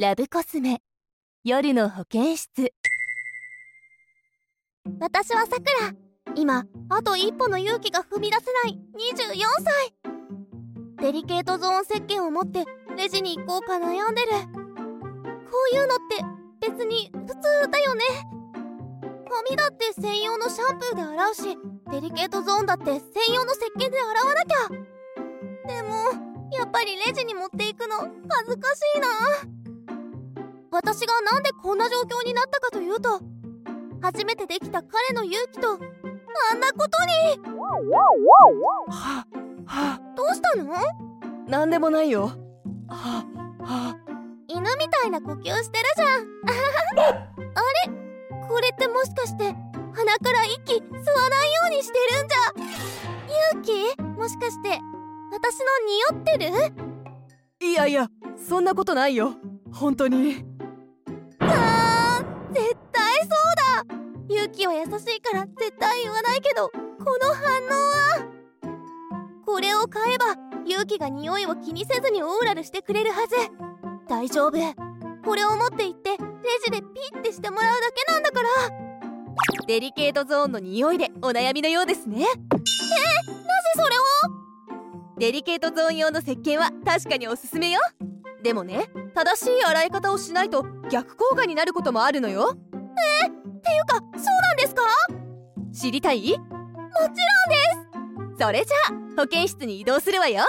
ラブコスメ夜の保健室。 私はさくら。今あと一歩の勇気が踏み出せない24歳。デリケートゾーン石鹸を持ってレジに行こうか悩んでる。こういうのって別に普通だよね。髪だって専用のシャンプーで洗うし、デリケートゾーンだって専用の石鹸で洗わなきゃ。でもやっぱりレジに持っていくの恥ずかしいな。私がなんでこんな状況になったかというと、初めてできた彼の勇気とあんなことに。どうしたの？ なんでもないよ。 犬みたいな呼吸してるじゃん。あれ？これってもしかして鼻から息吸わないようにしてるんじゃ。勇気？もしかして私の匂ってる？ いやそんなことないよ、本当に。 絶対そうだ。勇気は優しいから絶対言わないけど、この反応は。これを買えば勇気が匂いを気にせずにオーラルしてくれるはず。大丈夫。これを持って行ってレジでピッてしてもらうだけなんだから。 デリケートゾーンの匂いでお悩みのようですね。 なぜそれを？ デリケートゾーン用の石鹸は確かにおすすめよ。でもね、正しい洗い方をしないと逆効果になることもあるのよ。 っていうか、そうなんですか？ 知りたい？ もちろんです。 それじゃあ保健室に移動するわよ。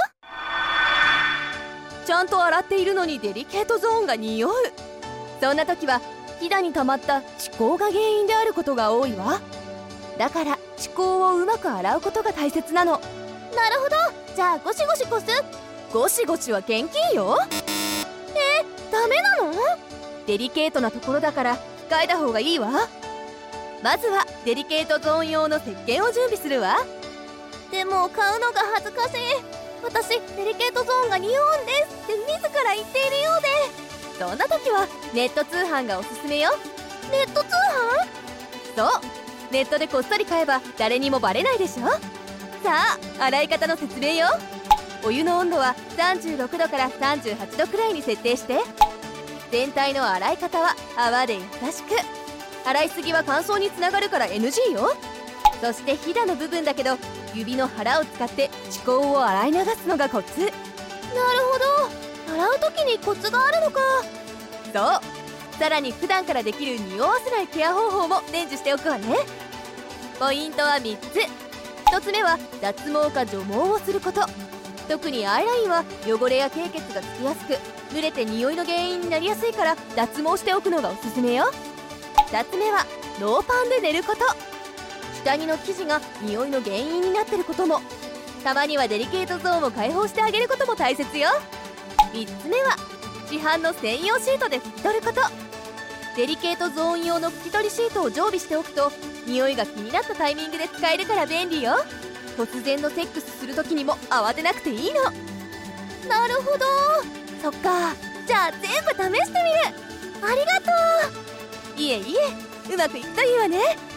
ちゃんと洗っているのにデリケートゾーンが匂う。そんな時はひだに溜まった歯垢が原因であることが多いわ。だから歯垢をうまく洗うことが大切なの。 なるほど。じゃあゴシゴシこす？ ゴシゴシは厳禁よ。 ダメなの？ デリケートなところだから控えた方がいいわ。まずはデリケートゾーン用の石鹸を準備するわ。 でも買うのが恥ずかしい。私デリケートゾーンが匂うんですって自ら言っているようで。 そんな時はネット通販がおすすめよ。 ネット通販？ そう、ネットでこっそり買えば誰にもバレないでしょ。さあ洗い方の説明よ。お湯の温度は36度から38度くらいに設定して、全体の洗い方は泡で優しく。洗いすぎは乾燥につながるから NG よ。そしてひだの部分だけど指の腹を使って歯垢を洗い流すのがコツ。 なるほど。洗う時にコツがあるのか。 そう、さらに普段からできる匂わせないケア方法も伝授しておくわね。ポイントは3つ。1つ目は脱毛か除毛をすること。特にアイラインは汚れや経血がつきやすく、濡れて匂いの原因になりやすいから脱毛しておくのがおすすめよ。2つ目はノーパンで寝ること。下着の生地が匂いの原因になってることも。たまにはデリケートゾーンを解放してあげることも大切よ。3つ目は市販の専用シートで拭き取ること。デリケートゾーン用の拭き取りシートを常備しておくと匂いが気になったタイミングで使えるから便利よ。突然のセックスする時にも慌てなくていいの。 なるほど。そっか。じゃあ全部試してみる。ありがとう。いえ、うまくいくといいわね。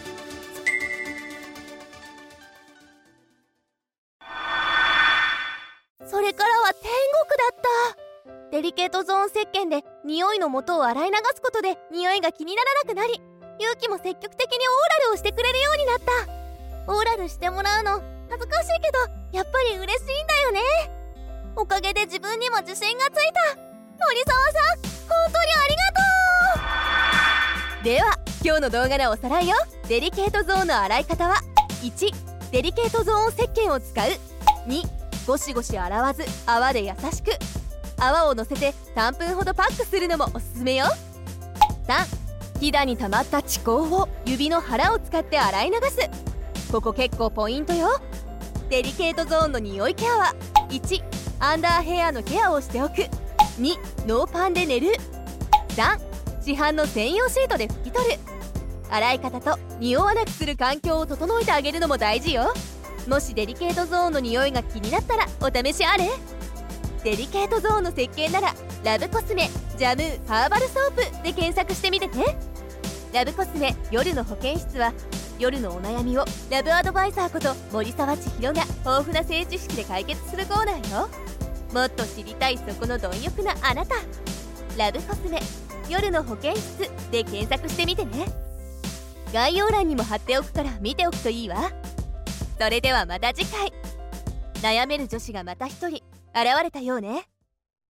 それからは天国だった。デリケートゾーン石鹸で匂いの元を洗い流すことで匂いが気にならなくなり、勇気も積極的にオーラルをしてくれるようになった。オーラルしてもらうの恥ずかしいけどやっぱり嬉しいんだよね。おかげで自分にも自信がついた。森沢さん、本当にありがとう。 では今日の動画のおさらいよ。デリケートゾーンの洗い方は1、デリケートゾーン石鹸を使う。2、ゴシゴシ洗わず泡で優しく。泡をのせて3分ほどパックするのもおすすめよ。3、ひだに溜まった歯垢を指の腹を使って洗い流す。ここ結構ポイントよ。デリケートゾーンの匂いケアは1、アンダーヘアのケアをしておく。2、ノーパンで寝る。3、市販の専用シートで拭き取る。洗い方と匂わなくする環境を整えてあげるのも大事よ。もしデリケートゾーンの匂いが気になったらお試しあれ。デリケートゾーンの石鹸ならラブコスメジャムーハーバルソープで検索してみてね。ラブコスメ夜の保健室は夜のお悩みをラブアドバイザーこと森沢千尋が豊富な性知識で解決するコーナーよ。もっと知りたいそこの貪欲なあなた。 ラブコスメ夜の保健室で検索してみてね。概要欄にも貼っておくから見ておくといいわ。それではまた次回。悩める女子がまた一人現れたようね。